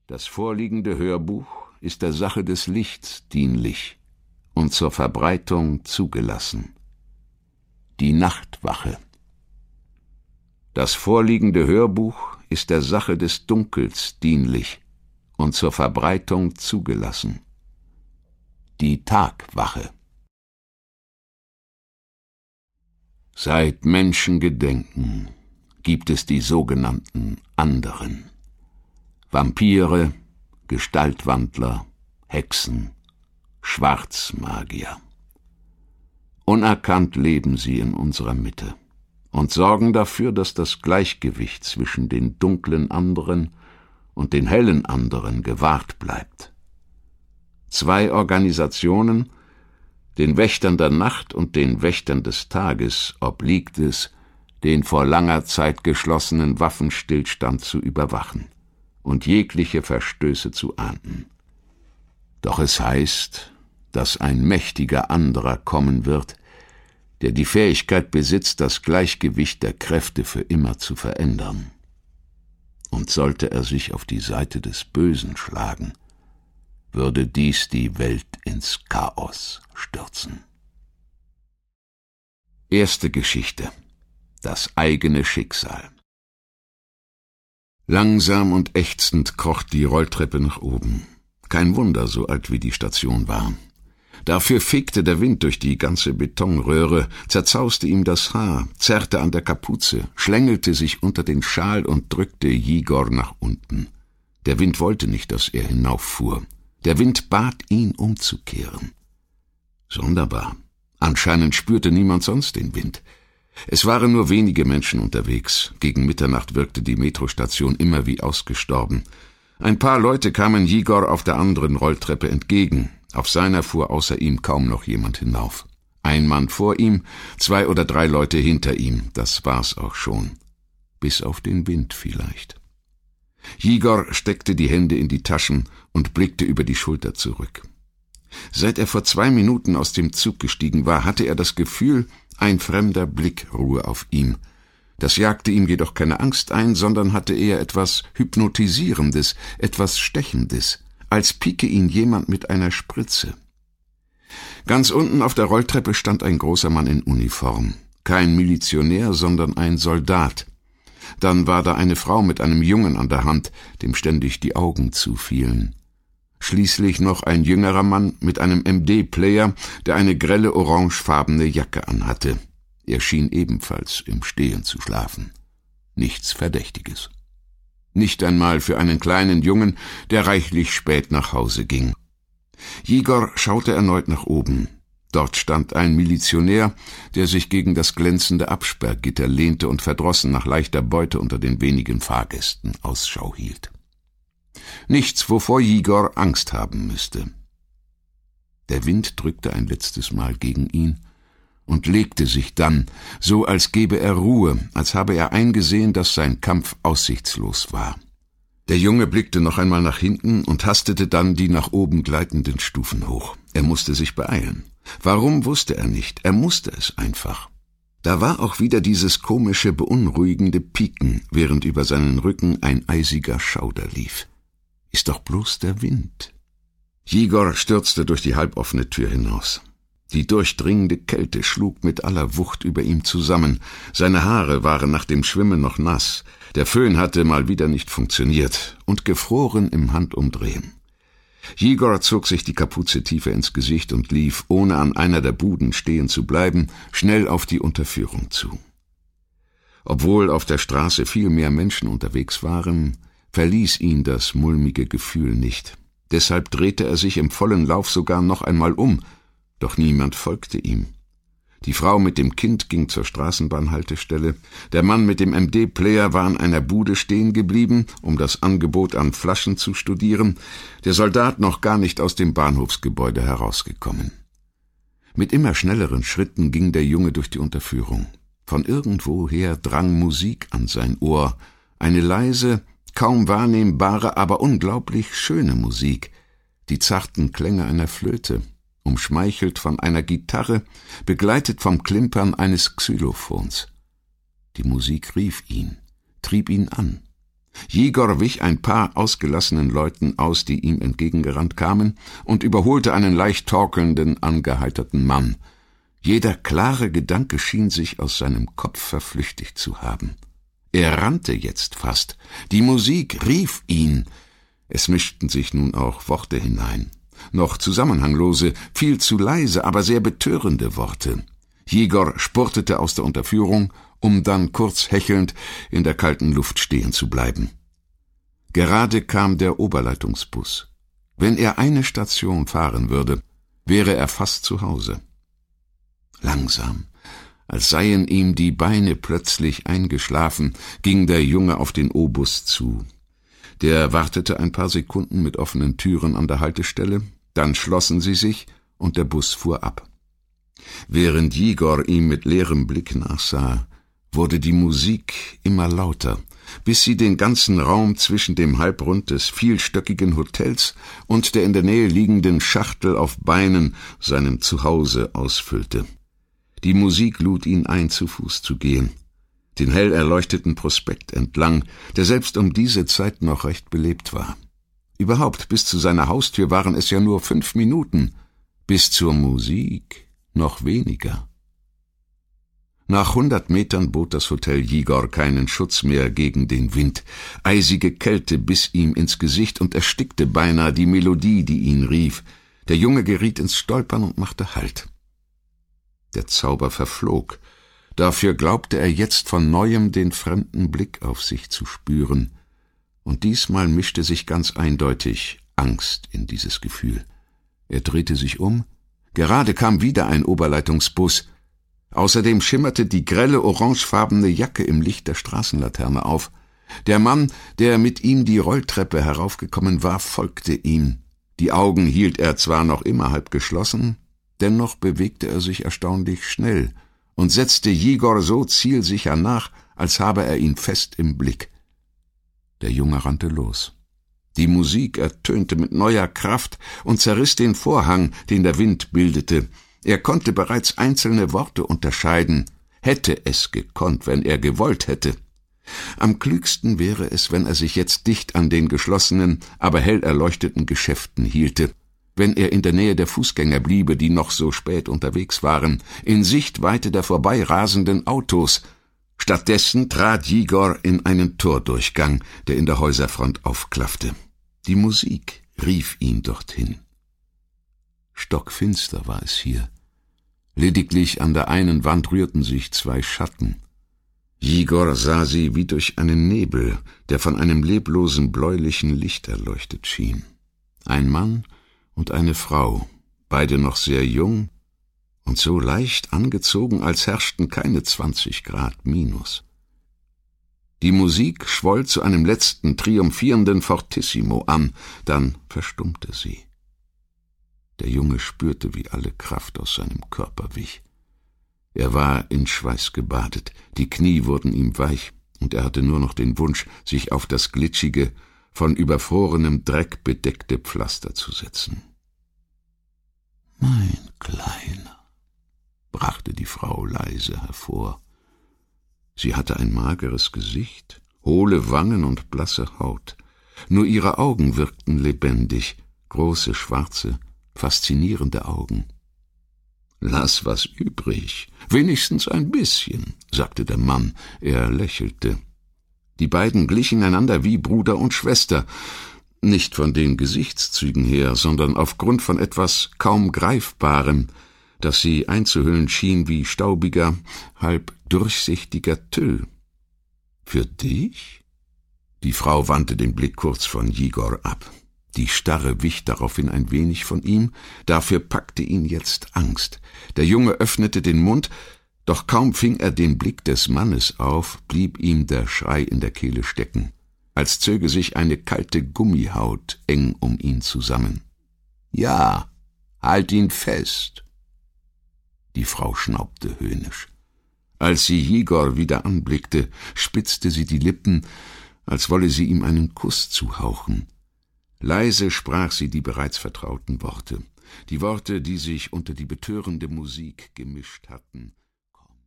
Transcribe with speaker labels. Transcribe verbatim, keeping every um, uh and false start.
Speaker 1: Das vorliegende Hörbuch ist der Sache des Lichts dienlich und zur Verbreitung zugelassen. Die Nachtwache. Das vorliegende Hörbuch ist der Sache des Dunkels dienlich und zur Verbreitung zugelassen. Die Tagwache. Seit Menschengedenken gibt es die sogenannten Anderen. Vampire, Gestaltwandler, Hexen, Schwarzmagier. Unerkannt leben sie in unserer Mitte und sorgen dafür, dass das Gleichgewicht zwischen den dunklen Anderen und den hellen Anderen gewahrt bleibt. Zwei Organisationen, den Wächtern der Nacht und den Wächtern des Tages, obliegt es, den vor langer Zeit geschlossenen Waffenstillstand zu überwachen und jegliche Verstöße zu ahnden. Doch es heißt, dass ein mächtiger anderer kommen wird, der die Fähigkeit besitzt, das Gleichgewicht der Kräfte für immer zu verändern. Und sollte er sich auf die Seite des Bösen schlagen, würde dies die Welt ins Chaos stürzen. Erste Geschichte: Das eigene Schicksal. Langsam und ächzend kroch die Rolltreppe nach oben. Kein Wunder, so alt wie die Station war. Dafür fegte der Wind durch die ganze Betonröhre, zerzauste ihm das Haar, zerrte an der Kapuze, schlängelte sich unter den Schal und drückte Jigor nach unten. Der Wind wollte nicht, dass er hinauffuhr. Der Wind bat ihn, umzukehren. Sonderbar. Anscheinend spürte niemand sonst den Wind. Es waren nur wenige Menschen unterwegs. Gegen Mitternacht wirkte die Metrostation immer wie ausgestorben. Ein paar Leute kamen Jigor auf der anderen Rolltreppe entgegen. Auf seiner fuhr außer ihm kaum noch jemand hinauf. Ein Mann vor ihm, zwei oder drei Leute hinter ihm, das war's auch schon. Bis auf den Wind vielleicht. Jigor steckte die Hände in die Taschen und blickte über die Schulter zurück. Seit er vor zwei Minuten aus dem Zug gestiegen war, hatte er das Gefühl, ein fremder Blick ruhe auf ihm. Das jagte ihm jedoch keine Angst ein, sondern hatte eher etwas Hypnotisierendes, etwas Stechendes, als pieke ihn jemand mit einer Spritze. Ganz unten auf der Rolltreppe stand ein großer Mann in Uniform. Kein Milizionär, sondern ein Soldat. Dann war da eine Frau mit einem Jungen an der Hand, dem ständig die Augen zufielen. Schließlich noch ein jüngerer Mann mit einem M D-Player, der eine grelle orangefarbene Jacke anhatte. Er schien ebenfalls im Stehen zu schlafen. Nichts Verdächtiges. Nicht einmal für einen kleinen Jungen, der reichlich spät nach Hause ging. Jigor schaute erneut nach oben. Dort stand ein Milizionär, der sich gegen das glänzende Absperrgitter lehnte und verdrossen nach leichter Beute unter den wenigen Fahrgästen Ausschau hielt. Nichts, wovor Jigor Angst haben müsste. Der Wind drückte ein letztes Mal gegen ihn und legte sich dann, so als gebe er Ruhe, als habe er eingesehen, dass sein Kampf aussichtslos war. Der Junge blickte noch einmal nach hinten und hastete dann die nach oben gleitenden Stufen hoch. Er musste sich beeilen. Warum, wusste er nicht, er musste es einfach. Da war auch wieder dieses komische, beunruhigende Pieken, während über seinen Rücken ein eisiger Schauder lief. Ist doch bloß der Wind. Jigor stürzte durch die halboffene Tür hinaus. Die durchdringende Kälte schlug mit aller Wucht über ihm zusammen. Seine Haare waren nach dem Schwimmen noch nass. Der Föhn hatte mal wieder nicht funktioniert und gefroren im Handumdrehen. Jigor zog sich die Kapuze tiefer ins Gesicht und lief, ohne an einer der Buden stehen zu bleiben, schnell auf die Unterführung zu. Obwohl auf der Straße viel mehr Menschen unterwegs waren, verließ ihn das mulmige Gefühl nicht. Deshalb drehte er sich im vollen Lauf sogar noch einmal um, doch niemand folgte ihm. Die Frau mit dem Kind ging zur Straßenbahnhaltestelle, der Mann mit dem M D-Player war an einer Bude stehen geblieben, um das Angebot an Flaschen zu studieren, der Soldat noch gar nicht aus dem Bahnhofsgebäude herausgekommen. Mit immer schnelleren Schritten ging der Junge durch die Unterführung. Von irgendwoher drang Musik an sein Ohr, eine leise, kaum wahrnehmbare, aber unglaublich schöne Musik, die zarten Klänge einer Flöte, umschmeichelt von einer Gitarre, begleitet vom Klimpern eines Xylophons. Die Musik rief ihn, trieb ihn an. Jegor wich ein paar ausgelassenen Leuten aus, die ihm entgegengerannt kamen, und überholte einen leicht torkelnden, angeheiterten Mann. Jeder klare Gedanke schien sich aus seinem Kopf verflüchtigt zu haben. Er rannte jetzt fast. Die Musik rief ihn. Es mischten sich nun auch Worte hinein. Noch zusammenhanglose, viel zu leise, aber sehr betörende Worte. Jegor spurtete aus der Unterführung, um dann kurz hechelnd in der kalten Luft stehen zu bleiben. Gerade kam der Oberleitungsbus. Wenn er eine Station fahren würde, wäre er fast zu Hause. Langsam, als seien ihm die Beine plötzlich eingeschlafen, ging der Junge auf den O-Bus zu. Der wartete ein paar Sekunden mit offenen Türen an der Haltestelle, dann schlossen sie sich und der Bus fuhr ab. Während Jegor ihm mit leerem Blick nachsah, wurde die Musik immer lauter, bis sie den ganzen Raum zwischen dem Halbrund des vielstöckigen Hotels und der in der Nähe liegenden Schachtel auf Beinen, seinem Zuhause, ausfüllte. Die Musik lud ihn ein, zu Fuß zu gehen, den hell erleuchteten Prospekt entlang, der selbst um diese Zeit noch recht belebt war. Überhaupt, bis zu seiner Haustür waren es ja nur fünf Minuten, bis zur Musik noch weniger. Nach hundert Metern bot das Hotel Jegor keinen Schutz mehr gegen den Wind. Eisige Kälte biss ihm ins Gesicht und erstickte beinahe die Melodie, die ihn rief. Der Junge geriet ins Stolpern und machte Halt. Der Zauber verflog. Dafür glaubte er jetzt von neuem den fremden Blick auf sich zu spüren. Und diesmal mischte sich ganz eindeutig Angst in dieses Gefühl. Er drehte sich um. Gerade kam wieder ein Oberleitungsbus. Außerdem schimmerte die grelle orangefarbene Jacke im Licht der Straßenlaterne auf. Der Mann, der mit ihm die Rolltreppe heraufgekommen war, folgte ihm. Die Augen hielt er zwar noch immer halb geschlossen, dennoch bewegte er sich erstaunlich schnell und setzte Jegor so zielsicher nach, als habe er ihn fest im Blick. Der Junge rannte los. Die Musik ertönte mit neuer Kraft und zerriss den Vorhang, den der Wind bildete. Er konnte bereits einzelne Worte unterscheiden, hätte es gekonnt, wenn er gewollt hätte. Am klügsten wäre es, wenn er sich jetzt dicht an den geschlossenen, aber hell erleuchteten Geschäften hielte, wenn er in der Nähe der Fußgänger bliebe, die noch so spät unterwegs waren, in Sichtweite der vorbeirasenden Autos. Stattdessen trat Jegor in einen Tordurchgang, der in der Häuserfront aufklaffte. Die Musik rief ihn dorthin. Stockfinster war es hier. Lediglich an der einen Wand rührten sich zwei Schatten. Jegor sah sie wie durch einen Nebel, der von einem leblosen bläulichen Licht erleuchtet schien. Ein Mann und eine Frau, beide noch sehr jung und so leicht angezogen, als herrschten keine zwanzig Grad minus. Die Musik schwoll zu einem letzten triumphierenden Fortissimo an, dann verstummte sie. Der Junge spürte, wie alle Kraft aus seinem Körper wich. Er war in Schweiß gebadet, die Knie wurden ihm weich, und er hatte nur noch den Wunsch, sich auf das glitschige, von überfrorenem Dreck bedeckte Pflaster zu setzen. »Mein Kleiner«, brachte die Frau leise hervor. Sie hatte ein mageres Gesicht, hohle Wangen und blasse Haut. Nur ihre Augen wirkten lebendig, große, schwarze, faszinierende Augen. »Lass was übrig, wenigstens ein bisschen«, sagte der Mann. Er lächelte. Die beiden glichen einander wie Bruder und Schwester, nicht von den Gesichtszügen her, sondern aufgrund von etwas kaum Greifbarem, das sie einzuhüllen schien wie staubiger, halb durchsichtiger Tüll. »Für dich?« Die Frau wandte den Blick kurz von Jegor ab. Die Starre wich daraufhin ein wenig von ihm, dafür packte ihn jetzt Angst. Der Junge öffnete den Mund, doch kaum fing er den Blick des Mannes auf, blieb ihm der Schrei in der Kehle stecken, als zöge sich eine kalte Gummihaut eng um ihn zusammen. »Ja, halt ihn fest!« Die Frau schnaubte höhnisch. Als sie Jegor wieder anblickte, spitzte sie die Lippen, als wolle sie ihm einen Kuss zuhauchen. Leise sprach sie die bereits vertrauten Worte, die Worte, die sich unter die betörende Musik gemischt hatten.